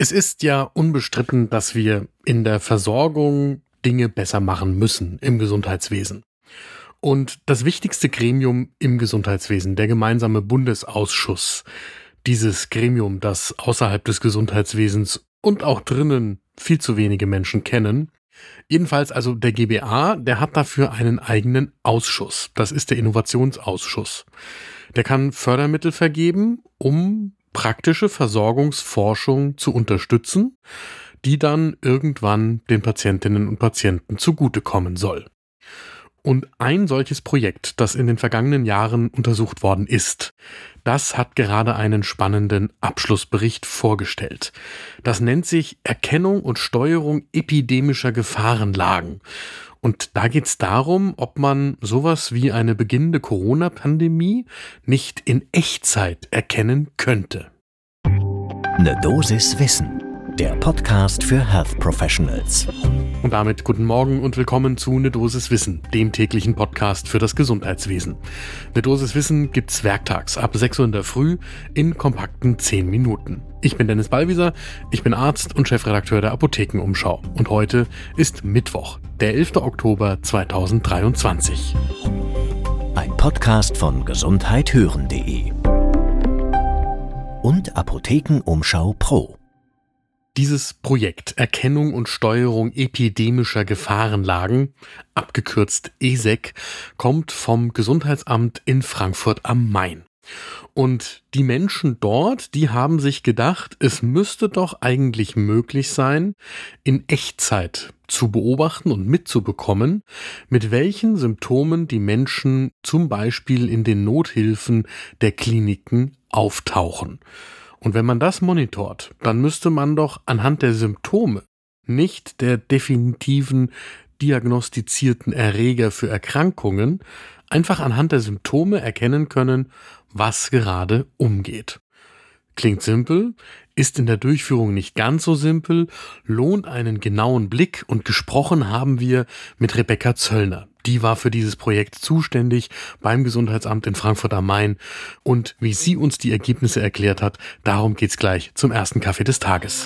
Es ist ja unbestritten, dass wir in der Versorgung Dinge besser machen müssen im Gesundheitswesen. Und das wichtigste Gremium im Gesundheitswesen, der gemeinsame Bundesausschuss, dieses Gremium, das außerhalb des Gesundheitswesens und auch drinnen viel zu wenige Menschen kennen, jedenfalls also der GBA, der hat dafür einen eigenen Ausschuss. Das ist der Innovationsausschuss. Der kann Fördermittel vergeben, um praktische Versorgungsforschung zu unterstützen, die dann irgendwann den Patientinnen und Patienten zugutekommen soll. Und ein solches Projekt, das in den vergangenen Jahren untersucht worden ist, das hat gerade einen spannenden Abschlussbericht vorgestellt. Das nennt sich Erkennung und Steuerung epidemischer Gefahrenlagen. Und da geht es darum, ob man sowas wie eine beginnende Corona-Pandemie nicht in Echtzeit erkennen könnte. Eine Dosis Wissen, der Podcast für Health Professionals. Und damit guten Morgen und willkommen zu Eine Dosis Wissen, dem täglichen Podcast für das Gesundheitswesen. Eine Dosis Wissen gibt's werktags ab 6 Uhr in der Früh in kompakten 10 Minuten. Ich bin Dennis Ballwieser, ich bin Arzt und Chefredakteur der Apothekenumschau. Und heute ist Mittwoch, der 11. Oktober 2023. Ein Podcast von gesundheithören.de und Apothekenumschau Pro. Dieses Projekt Erkennung und Steuerung epidemischer Gefahrenlagen, abgekürzt ESEG, kommt vom Gesundheitsamt in Frankfurt am Main. Und die Menschen dort, die haben sich gedacht, es müsste doch eigentlich möglich sein, in Echtzeit zu beobachten und mitzubekommen, mit welchen Symptomen die Menschen zum Beispiel in den Nothilfen der Kliniken auftauchen. Und wenn man das monitort, dann müsste man doch anhand der Symptome, nicht der definitiven diagnostizierten Erreger für Erkrankungen, einfach anhand der Symptome erkennen können, was gerade umgeht. Klingt simpel, ist in der Durchführung nicht ganz so simpel, lohnt einen genauen Blick und gesprochen haben wir mit Rebecca Zöllner. Die war für dieses Projekt zuständig beim Gesundheitsamt in Frankfurt am Main und wie sie uns die Ergebnisse erklärt hat, darum geht's gleich zum ersten Kaffee des Tages.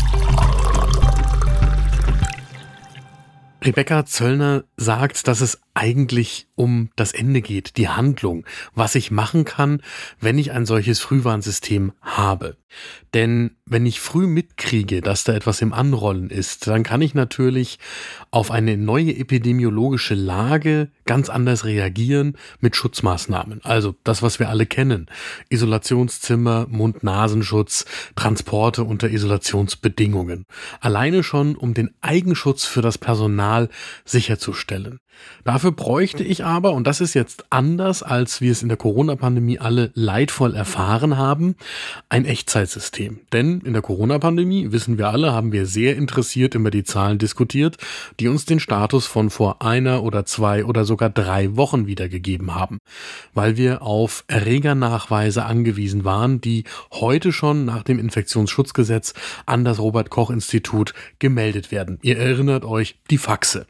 Rebecca Zöllner sagt, dass es eigentlich um das Ende geht, die Handlung, was ich machen kann, wenn ich ein solches Frühwarnsystem habe. Denn wenn ich früh mitkriege, dass da etwas im Anrollen ist, dann kann ich natürlich auf eine neue epidemiologische Lage ganz anders reagieren mit Schutzmaßnahmen. Also das, was wir alle kennen. Isolationszimmer, Mund-Nasenschutz, Transporte unter Isolationsbedingungen. Alleine schon, um den Eigenschutz für das Personal sicherzustellen. Dafür bräuchte ich aber, und das ist jetzt anders, als wir es in der Corona-Pandemie alle leidvoll erfahren haben, ein Echtzeitsystem. Denn in der Corona-Pandemie, wissen wir alle, haben wir sehr interessiert über die Zahlen diskutiert, die uns den Status von vor 1 oder 2 oder sogar 3 Wochen wiedergegeben haben. Weil wir auf Erregernachweise angewiesen waren, die heute schon nach dem Infektionsschutzgesetz an das Robert-Koch-Institut gemeldet werden. Ihr erinnert euch, die Faxe.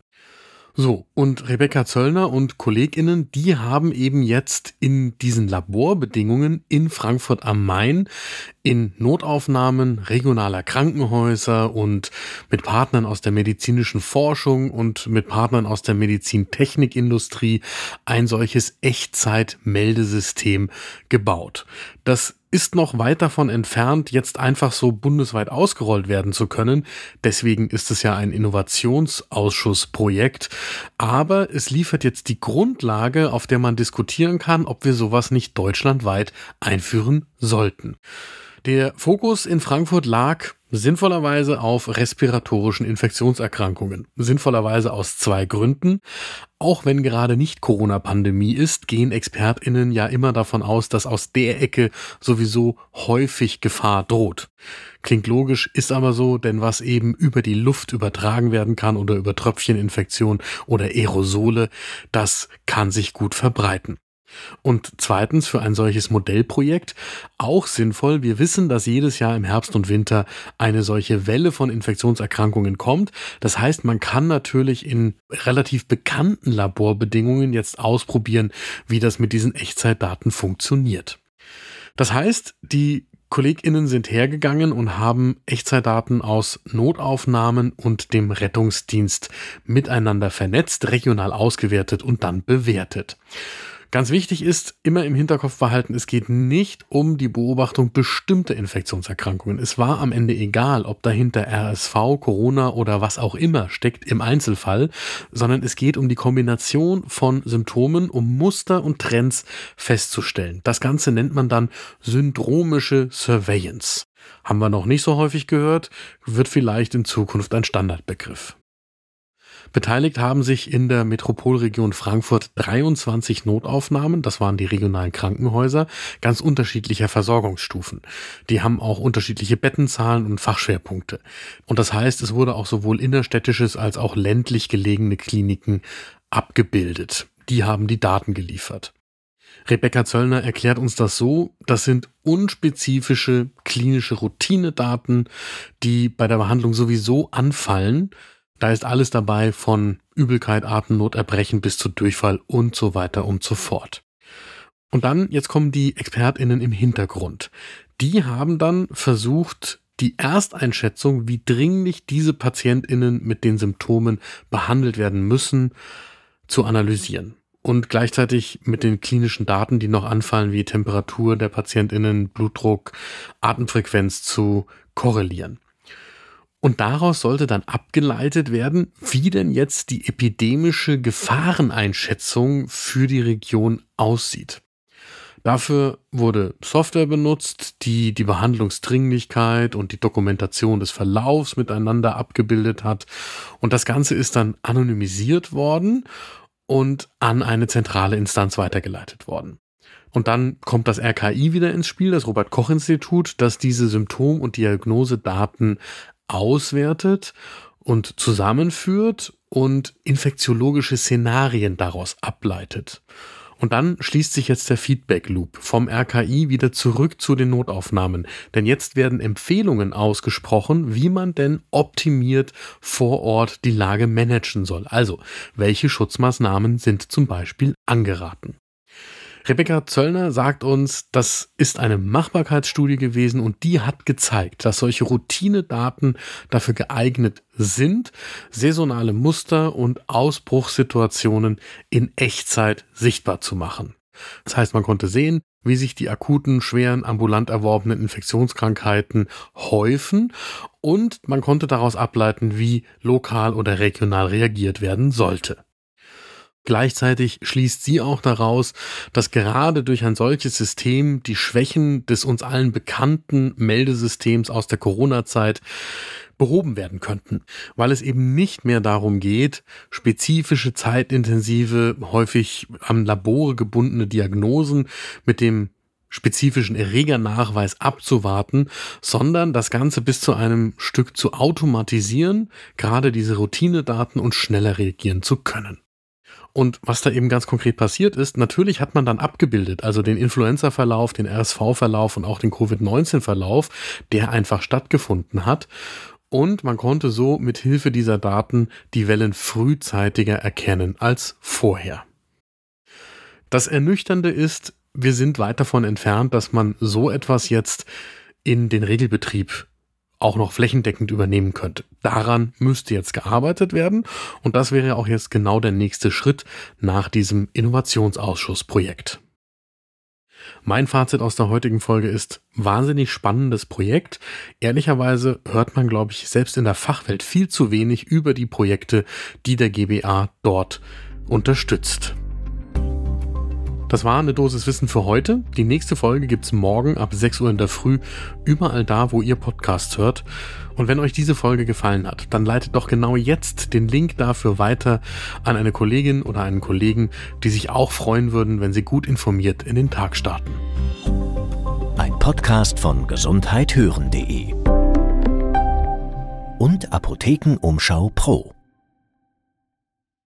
So, und Rebecca Zöllner und KollegInnen, die haben eben jetzt in diesen Laborbedingungen in Frankfurt am Main in Notaufnahmen regionaler Krankenhäuser und mit Partnern aus der medizinischen Forschung und mit Partnern aus der Medizintechnikindustrie ein solches Echtzeit-Meldesystem gebaut. Das ist noch weit davon entfernt, jetzt einfach so bundesweit ausgerollt werden zu können. Deswegen ist es ja ein Innovationsausschussprojekt. Aber es liefert jetzt die Grundlage, auf der man diskutieren kann, ob wir sowas nicht deutschlandweit einführen sollten. Der Fokus in Frankfurt lag sinnvollerweise auf respiratorischen Infektionserkrankungen. Sinnvollerweise aus 2 Gründen. Auch wenn gerade nicht Corona-Pandemie ist, gehen ExpertInnen ja immer davon aus, dass aus der Ecke sowieso häufig Gefahr droht. Klingt logisch, ist aber so, denn was eben über die Luft übertragen werden kann oder über Tröpfcheninfektion oder Aerosole, das kann sich gut verbreiten. Und zweitens für ein solches Modellprojekt auch sinnvoll. Wir wissen, dass jedes Jahr im Herbst und Winter eine solche Welle von Infektionserkrankungen kommt. Das heißt, man kann natürlich in relativ bekannten Laborbedingungen jetzt ausprobieren, wie das mit diesen Echtzeitdaten funktioniert. Das heißt, die KollegInnen sind hergegangen und haben Echtzeitdaten aus Notaufnahmen und dem Rettungsdienst miteinander vernetzt, regional ausgewertet und dann bewertet. Ganz wichtig ist, immer im Hinterkopf behalten, es geht nicht um die Beobachtung bestimmter Infektionserkrankungen. Es war am Ende egal, ob dahinter RSV, Corona oder was auch immer steckt im Einzelfall, sondern es geht um die Kombination von Symptomen, um Muster und Trends festzustellen. Das Ganze nennt man dann syndromische Surveillance. Haben wir noch nicht so häufig gehört, wird vielleicht in Zukunft ein Standardbegriff. Beteiligt haben sich in der Metropolregion Frankfurt 23 Notaufnahmen, das waren die regionalen Krankenhäuser, ganz unterschiedlicher Versorgungsstufen. Die haben auch unterschiedliche Bettenzahlen und Fachschwerpunkte. Und das heißt, es wurde auch sowohl innerstädtisches als auch ländlich gelegene Kliniken abgebildet. Die haben die Daten geliefert. Rebecca Zöllner erklärt uns das so, das sind unspezifische klinische Routinedaten, die bei der Behandlung sowieso anfallen. Da ist alles dabei von Übelkeit, Atemnot, Erbrechen bis zu Durchfall und so weiter und so fort. Und dann, jetzt kommen die ExpertInnen im Hintergrund. Die haben dann versucht, die Ersteinschätzung, wie dringlich diese PatientInnen mit den Symptomen behandelt werden müssen, zu analysieren. Und gleichzeitig mit den klinischen Daten, die noch anfallen, wie Temperatur der PatientInnen, Blutdruck, Atemfrequenz zu korrelieren. Und daraus sollte dann abgeleitet werden, wie denn jetzt die epidemische Gefahreneinschätzung für die Region aussieht. Dafür wurde Software benutzt, die die Behandlungsdringlichkeit und die Dokumentation des Verlaufs miteinander abgebildet hat. Und das Ganze ist dann anonymisiert worden und an eine zentrale Instanz weitergeleitet worden. Und dann kommt das RKI wieder ins Spiel, das Robert-Koch-Institut, das diese Symptom- und Diagnosedaten auswertet und zusammenführt und infektiologische Szenarien daraus ableitet. Und dann schließt sich jetzt der Feedback-Loop vom RKI wieder zurück zu den Notaufnahmen. Denn jetzt werden Empfehlungen ausgesprochen, wie man denn optimiert vor Ort die Lage managen soll. Also, welche Schutzmaßnahmen sind zum Beispiel angeraten? Rebecca Zöllner sagt uns, das ist eine Machbarkeitsstudie gewesen und die hat gezeigt, dass solche Routinedaten dafür geeignet sind, saisonale Muster und Ausbruchssituationen in Echtzeit sichtbar zu machen. Das heißt, man konnte sehen, wie sich die akuten, schweren, ambulant erworbenen Infektionskrankheiten häufen und man konnte daraus ableiten, wie lokal oder regional reagiert werden sollte. Gleichzeitig schließt sie auch daraus, dass gerade durch ein solches System die Schwächen des uns allen bekannten Meldesystems aus der Corona-Zeit behoben werden könnten, weil es eben nicht mehr darum geht, spezifische, zeitintensive, häufig am Labore gebundene Diagnosen mit dem spezifischen Erregernachweis abzuwarten, sondern das Ganze bis zu einem Stück zu automatisieren, gerade diese Routinedaten und schneller reagieren zu können. Und was da eben ganz konkret passiert ist, natürlich hat man dann abgebildet, also den Influenza-Verlauf, den RSV-Verlauf und auch den Covid-19-Verlauf, der einfach stattgefunden hat. Und man konnte so mit Hilfe dieser Daten die Wellen frühzeitiger erkennen als vorher. Das Ernüchternde ist, wir sind weit davon entfernt, dass man so etwas jetzt in den Regelbetrieb auch noch flächendeckend übernehmen könnte. Daran müsste jetzt gearbeitet werden und das wäre auch jetzt genau der nächste Schritt nach diesem Innovationsausschussprojekt. Mein Fazit aus der heutigen Folge ist, wahnsinnig spannendes Projekt. Ehrlicherweise hört man, glaube ich, selbst in der Fachwelt viel zu wenig über die Projekte, die der GBA dort unterstützt. Das war eine Dosis Wissen für heute. Die nächste Folge gibt's morgen ab 6 Uhr in der Früh, überall da, wo ihr Podcasts hört. Und wenn euch diese Folge gefallen hat, dann leitet doch genau jetzt den Link dafür weiter an eine Kollegin oder einen Kollegen, die sich auch freuen würden, wenn sie gut informiert in den Tag starten. Ein Podcast von gesundheithören.de und Apothekenumschau Pro.